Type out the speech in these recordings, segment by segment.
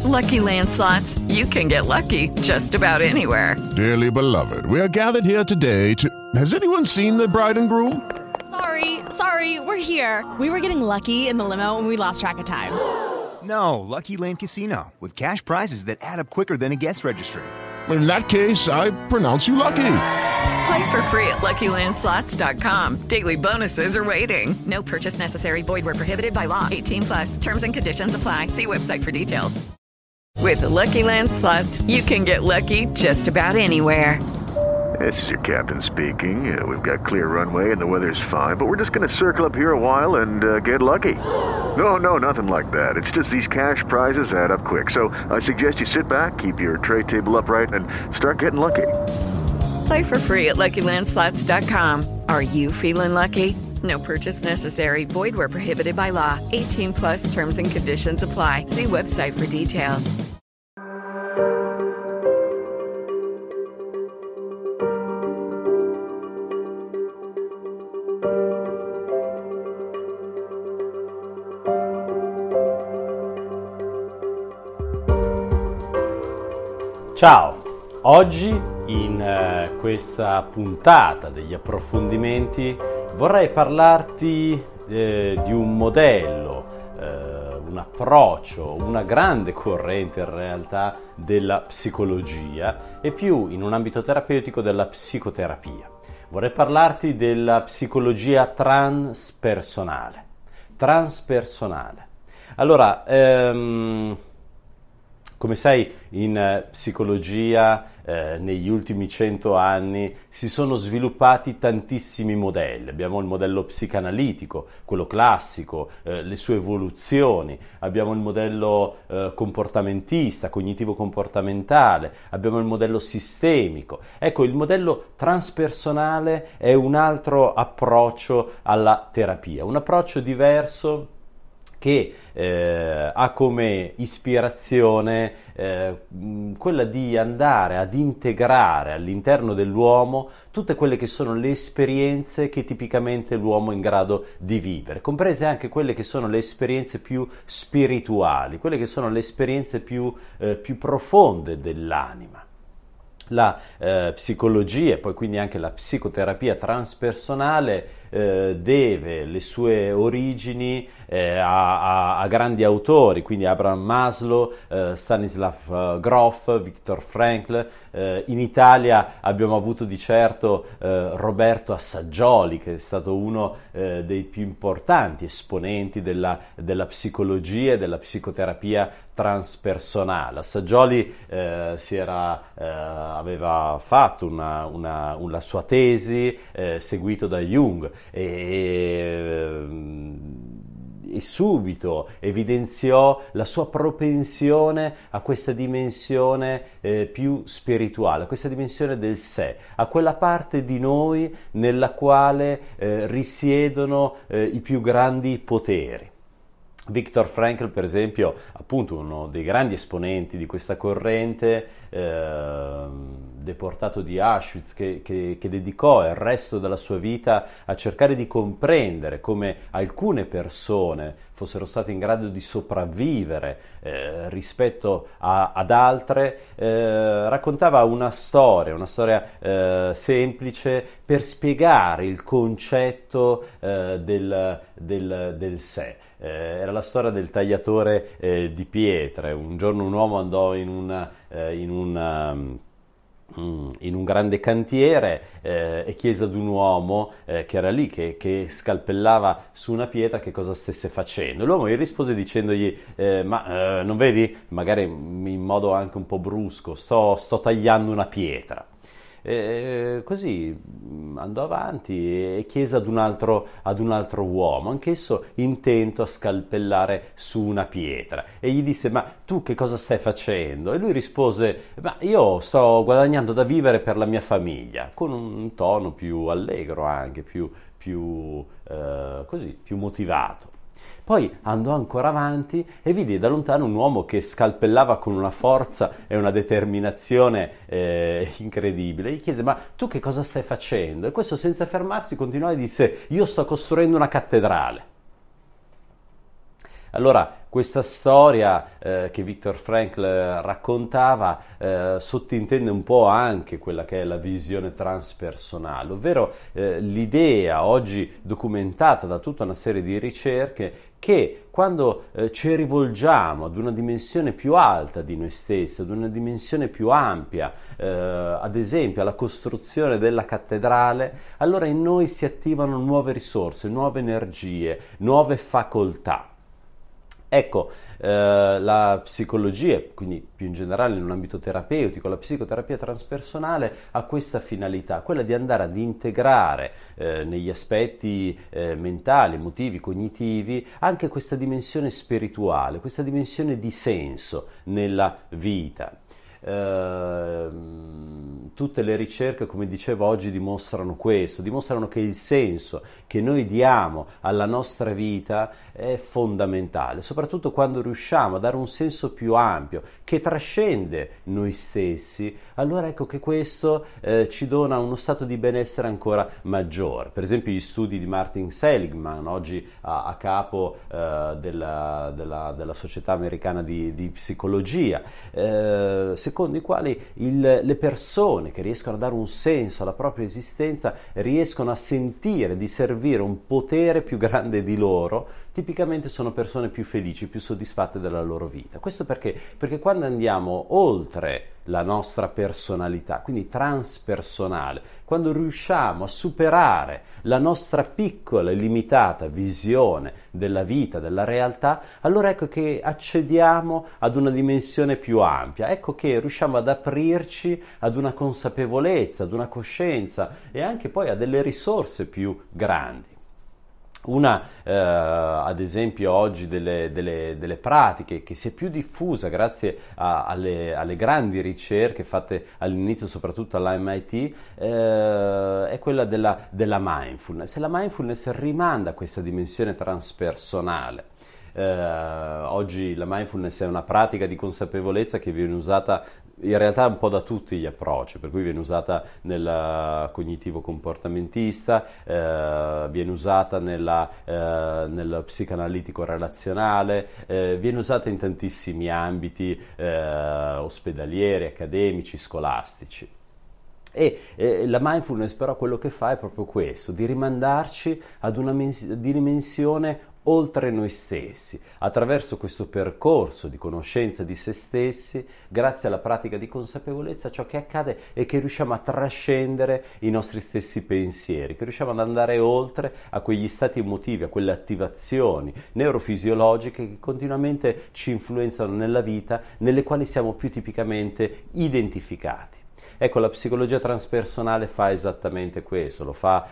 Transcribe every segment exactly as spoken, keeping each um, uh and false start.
Lucky Land Slots, you can get lucky just about anywhere. Dearly beloved, we are gathered here today to... Has anyone seen the bride and groom? Sorry, sorry, we're here. We were getting lucky in the limo and we lost track of time. No, Lucky Land Casino, with cash prizes that add up quicker than a guest registry. In that case, I pronounce you lucky. Play for free at Lucky Land Slots dot com. Daily bonuses are waiting. No purchase necessary. Void where prohibited by law. eighteen plus. Terms and conditions apply. See website for details. With the Lucky Land Slots, you can get lucky just about anywhere. This is your captain speaking. Uh, we've got clear runway and the weather's fine, but we're just going to circle up here a while and uh, get lucky. No, no, nothing like that. It's just these cash prizes add up quick. So I suggest you sit back, keep your tray table upright, and start getting lucky. Play for free at Lucky Land Slots dot com. Are you feeling lucky? No purchase necessary. Void where prohibited by law. eighteen plus terms and conditions apply. See website for details. Ciao, oggi in eh, questa puntata degli approfondimenti vorrei parlarti eh, di un modello, eh, un approccio, una grande corrente in realtà della psicologia e più in un ambito terapeutico della psicoterapia. Vorrei parlarti della psicologia transpersonale. Transpersonale. Allora, ehm, come sai, in eh, psicologia eh, negli ultimi cento anni si sono sviluppati tantissimi modelli. Abbiamo il modello psicanalitico, quello classico, eh, le sue evoluzioni, abbiamo il modello eh, comportamentista, cognitivo-comportamentale, abbiamo il modello sistemico. Ecco, il modello transpersonale è un altro approccio alla terapia, un approccio diverso che eh, ha come ispirazione eh, quella di andare ad integrare all'interno dell'uomo tutte quelle che sono le esperienze che tipicamente l'uomo è in grado di vivere, comprese anche quelle che sono le esperienze più spirituali, quelle che sono le esperienze più, eh, più profonde dell'anima. La eh, psicologia e poi quindi anche la psicoterapia transpersonale eh, deve le sue origini eh, a, a, a grandi autori, quindi Abraham Maslow, eh, Stanislav eh, Grof, Viktor Frankl. Eh, in Italia abbiamo avuto di certo eh, Roberto Assaggioli, che è stato uno eh, dei più importanti esponenti della, della psicologia e della psicoterapia transpersonale. Assaggioli eh, si era, eh, aveva fatto una, una, una, la sua tesi eh, seguito da Jung e, e, e subito evidenziò la sua propensione a questa dimensione eh, più spirituale, a questa dimensione del sé, a quella parte di noi nella quale eh, risiedono eh, i più grandi poteri. Viktor Frankl, per esempio, appunto uno dei grandi esponenti di questa corrente, eh, deportato di Auschwitz, che, che, che dedicò il resto della sua vita a cercare di comprendere come alcune persone fossero state in grado di sopravvivere eh, rispetto a, ad altre, eh, raccontava una storia, una storia eh, semplice per spiegare il concetto eh, del, del, del sé. Eh, era la storia del tagliatore eh, di pietre. Un giorno un uomo andò in, una, eh, in, una, um, in un grande cantiere eh, e chiese ad un uomo eh, che era lì, che, che scalpellava su una pietra, che cosa stesse facendo. L'uomo gli rispose dicendogli eh, ma eh, non vedi, magari in modo anche un po' brusco, sto, sto tagliando una pietra. E così andò avanti e chiese ad un altro, ad un altro uomo, anch'esso intento a scalpellare su una pietra, e gli disse: ma tu che cosa stai facendo? E lui rispose: ma io sto guadagnando da vivere per la mia famiglia, con un tono più allegro, anche più, più eh, così, più motivato. Poi andò ancora avanti e vide da lontano un uomo che scalpellava con una forza e una determinazione eh, incredibile. Gli chiese: ma tu che cosa stai facendo? E questo, senza fermarsi, continuò e disse: io sto costruendo una cattedrale. Allora, questa storia eh, che Viktor Frankl raccontava eh, sottintende un po' anche quella che è la visione transpersonale, ovvero eh, l'idea oggi documentata da tutta una serie di ricerche che quando eh, ci rivolgiamo ad una dimensione più alta di noi stessi, ad una dimensione più ampia, eh, ad esempio alla costruzione della cattedrale, allora in noi si attivano nuove risorse, nuove energie, nuove facoltà. Ecco, eh, la psicologia, quindi più in generale in un ambito terapeutico, la psicoterapia transpersonale ha questa finalità, quella di andare ad integrare eh, negli aspetti eh, mentali, emotivi, cognitivi, anche questa dimensione spirituale, questa dimensione di senso nella vita. Uh, tutte le ricerche, come dicevo oggi, dimostrano questo, dimostrano che il senso che noi diamo alla nostra vita è fondamentale, soprattutto quando riusciamo a dare un senso più ampio che trascende noi stessi. Allora ecco che questo eh, ci dona uno stato di benessere ancora maggiore. Per esempio gli studi di Martin Seligman, oggi a, a capo eh, della, della, della Società Americana di, di Psicologia, eh, secondo i quali il, le persone che riescono a dare un senso alla propria esistenza riescono a sentire di servire un potere più grande di loro, tipicamente sono persone più felici, più soddisfatte della loro vita. Questo perché? Perché quando andiamo oltre la nostra personalità, quindi transpersonale, quando riusciamo a superare la nostra piccola e limitata visione della vita, della realtà, allora ecco che accediamo ad una dimensione più ampia, ecco che riusciamo ad aprirci ad una consapevolezza, ad una coscienza e anche poi a delle risorse più grandi. Una, eh, ad esempio, oggi delle, delle, delle pratiche che si è più diffusa grazie a, alle, alle grandi ricerche fatte all'inizio soprattutto all'M I T, eh, è quella della, della mindfulness. E la mindfulness rimanda a questa dimensione transpersonale. Eh, oggi la mindfulness è una pratica di consapevolezza che viene usata in realtà un po' da tutti gli approcci, per cui viene usata nel cognitivo comportamentista, eh, viene usata nella, eh, nel psicanalitico relazionale, eh, viene usata in tantissimi ambiti eh, ospedalieri, accademici, scolastici. E eh, la mindfulness però quello che fa è proprio questo, di rimandarci ad una mens- dimensione oltre noi stessi, attraverso questo percorso di conoscenza di se stessi, grazie alla pratica di consapevolezza, ciò che accade è che riusciamo a trascendere i nostri stessi pensieri, che riusciamo ad andare oltre a quegli stati emotivi, a quelle attivazioni neurofisiologiche che continuamente ci influenzano nella vita, nelle quali siamo più tipicamente identificati. Ecco, la psicologia transpersonale fa esattamente questo, lo fa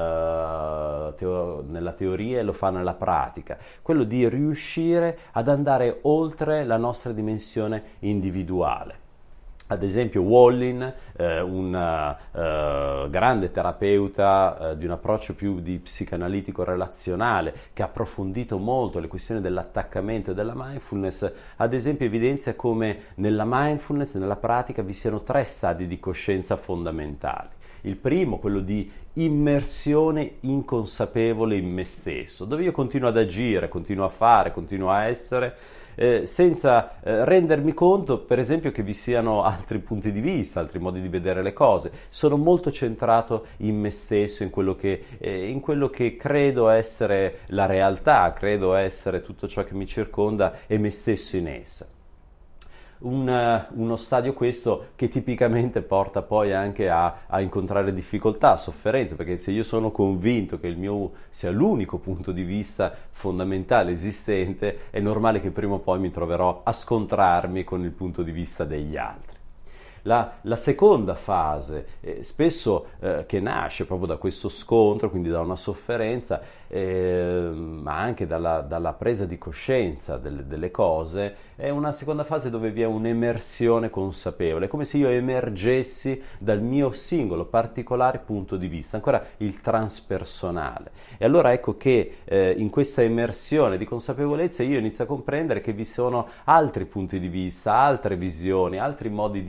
eh, teo- nella teoria e lo fa nella pratica, quello di riuscire ad andare oltre la nostra dimensione individuale. Ad esempio Wallin, eh, un eh, grande terapeuta eh, di un approccio più di psicanalitico relazionale che ha approfondito molto le questioni dell'attaccamento e della mindfulness, ad esempio evidenzia come nella mindfulness, nella pratica, vi siano tre stadi di coscienza fondamentali. Il primo, quello di immersione inconsapevole in me stesso, dove io continuo ad agire, continuo a fare, continuo a essere, Eh, senza eh, rendermi conto, per esempio, che vi siano altri punti di vista, altri modi di vedere le cose. Sono molto centrato in me stesso, in quello che, eh, in quello che credo essere la realtà, credo essere tutto ciò che mi circonda e me stesso in essa. Un, uh, uno stadio questo che tipicamente porta poi anche a, a incontrare difficoltà, sofferenze, perché se io sono convinto che il mio sia l'unico punto di vista fondamentale esistente, è normale che prima o poi mi troverò a scontrarmi con il punto di vista degli altri. La, la seconda fase, eh, spesso eh, che nasce proprio da questo scontro, quindi da una sofferenza, eh, ma anche dalla, dalla presa di coscienza delle, delle cose, è una seconda fase dove vi è un'emersione consapevole, è come se io emergessi dal mio singolo particolare punto di vista, ancora il transpersonale. E allora ecco che eh, in questa emersione di consapevolezza io inizio a comprendere che vi sono altri punti di vista, altre visioni, altri modi di intendere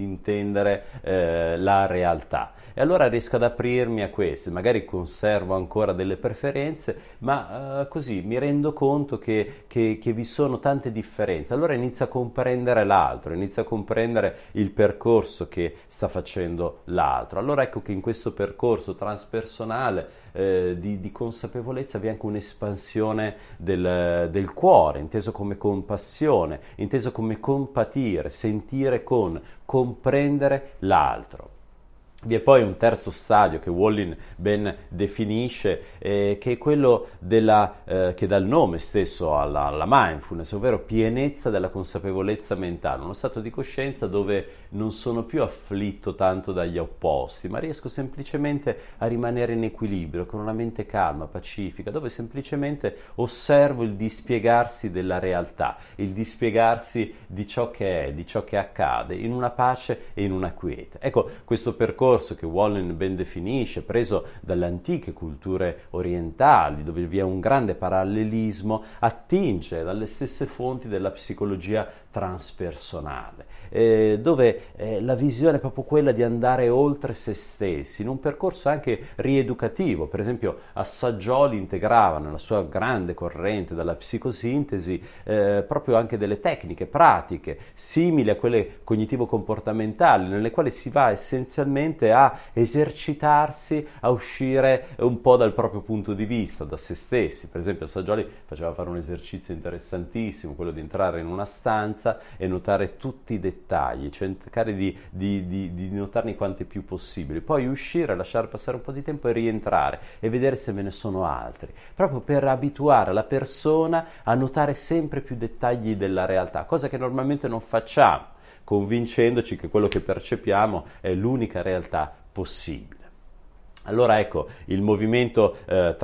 comprendere eh, la realtà. E allora riesco ad aprirmi a queste, magari conservo ancora delle preferenze, ma eh, così mi rendo conto che, che, che vi sono tante differenze. Allora inizio a comprendere l'altro, inizio a comprendere il percorso che sta facendo l'altro. Allora ecco che in questo percorso transpersonale eh, di, di consapevolezza vi è anche un'espansione del, del cuore, inteso come compassione, inteso come compatire, sentire con, comprendere l'altro. Vi è poi un terzo stadio che Wallin ben definisce, eh, che è quello della, eh, che dà il nome stesso alla, alla mindfulness, ovvero pienezza della consapevolezza mentale, uno stato di coscienza dove non sono più afflitto tanto dagli opposti, ma riesco semplicemente a rimanere in equilibrio, con una mente calma, pacifica, dove semplicemente osservo il dispiegarsi della realtà, il dispiegarsi di ciò che è, di ciò che accade, in una pace e in una quiete. Ecco, questo percorso che Wallin ben definisce, preso dalle antiche culture orientali, dove vi è un grande parallelismo, attinge dalle stesse fonti della psicologia transpersonale, eh, dove eh, la visione è proprio quella di andare oltre se stessi, in un percorso anche rieducativo. Per esempio Assagioli integrava nella sua grande corrente dalla psicosintesi eh, proprio anche delle tecniche pratiche simili a quelle cognitivo-comportamentali, nelle quali si va essenzialmente a esercitarsi a uscire un po' dal proprio punto di vista, da se stessi. Per esempio Assagioli faceva fare un esercizio interessantissimo, quello di entrare in una stanza e notare tutti i dettagli, cercare di, di, di, di notarne quanti più possibili, poi uscire, lasciare passare un po' di tempo e rientrare e vedere se ve ne sono altri, proprio per abituare la persona a notare sempre più dettagli della realtà, cosa che normalmente non facciamo, convincendoci che quello che percepiamo è l'unica realtà possibile. Allora ecco, il movimento eh,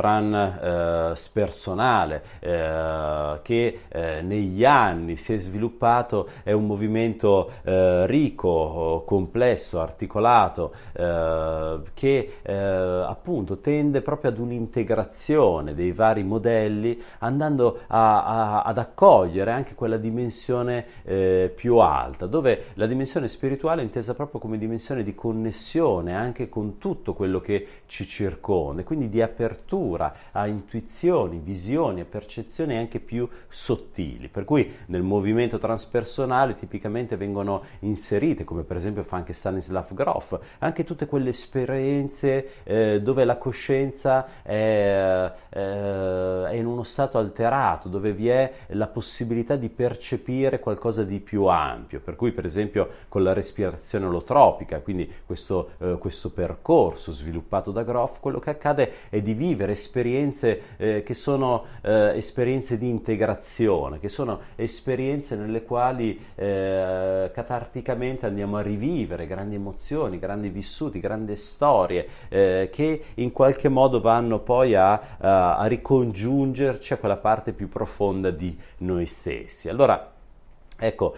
transpersonale eh, che eh, negli anni si è sviluppato è un movimento eh, ricco, complesso, articolato, eh, che eh, appunto tende proprio ad un'integrazione dei vari modelli, andando a, a, ad accogliere anche quella dimensione eh, più alta, dove la dimensione spirituale è intesa proprio come dimensione di connessione anche con tutto quello che ci circonda, quindi di apertura a intuizioni, visioni e percezioni anche più sottili, per cui nel movimento transpersonale tipicamente vengono inserite, come per esempio fa anche Stanislav Grof, anche tutte quelle esperienze eh, dove la coscienza è, eh, è in uno stato alterato, dove vi è la possibilità di percepire qualcosa di più ampio, per cui per esempio con la respirazione olotropica, quindi questo, eh, questo percorso sviluppato da Grof, quello che accade è di vivere esperienze eh, che sono eh, esperienze di integrazione, che sono esperienze nelle quali eh, catarticamente andiamo a rivivere grandi emozioni, grandi vissuti, grandi storie eh, che in qualche modo vanno poi a, a, a ricongiungerci a quella parte più profonda di noi stessi. Allora, ecco,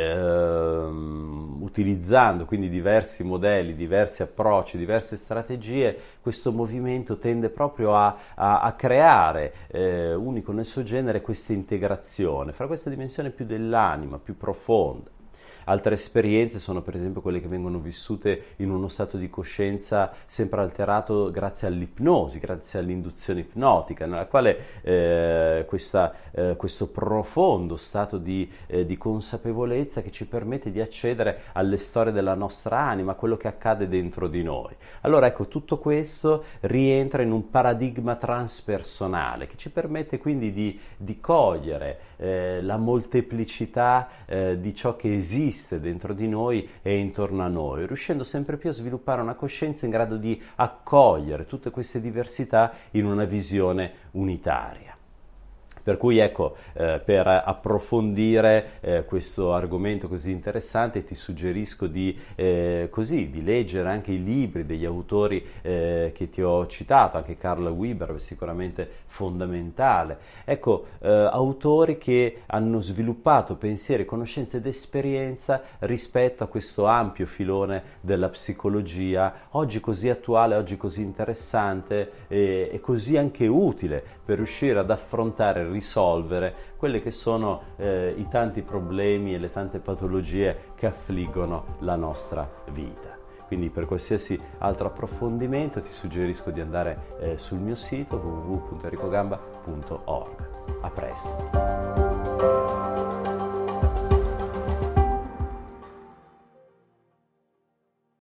ehm, utilizzando quindi diversi modelli, diversi approcci, diverse strategie, questo movimento tende proprio a, a, a creare, eh, unico nel suo genere, questa integrazione fra questa dimensione più dell'anima, più profonda. Altre esperienze sono per esempio quelle che vengono vissute in uno stato di coscienza sempre alterato grazie all'ipnosi, grazie all'induzione ipnotica, nella quale eh, questa, eh, questo profondo stato di, eh, di consapevolezza che ci permette di accedere alle storie della nostra anima, a quello che accade dentro di noi. Allora ecco, tutto questo rientra in un paradigma transpersonale che ci permette quindi di, di cogliere eh, la molteplicità eh, di ciò che esiste dentro di noi e intorno a noi, riuscendo sempre più a sviluppare una coscienza in grado di accogliere tutte queste diversità in una visione unitaria. Per cui ecco, eh, per approfondire eh, questo argomento così interessante ti suggerisco di, eh, così, di leggere anche i libri degli autori eh, che ti ho citato, anche Carl Weber è sicuramente fondamentale. Ecco, eh, autori che hanno sviluppato pensieri, conoscenze ed esperienza rispetto a questo ampio filone della psicologia, oggi così attuale, oggi così interessante e, e così anche utile per riuscire ad affrontare risolvere quelle che sono eh, i tanti problemi e le tante patologie che affliggono la nostra vita. Quindi per qualsiasi altro approfondimento ti suggerisco di andare eh, sul mio sito w w w punto enrico gamba punto org. A presto!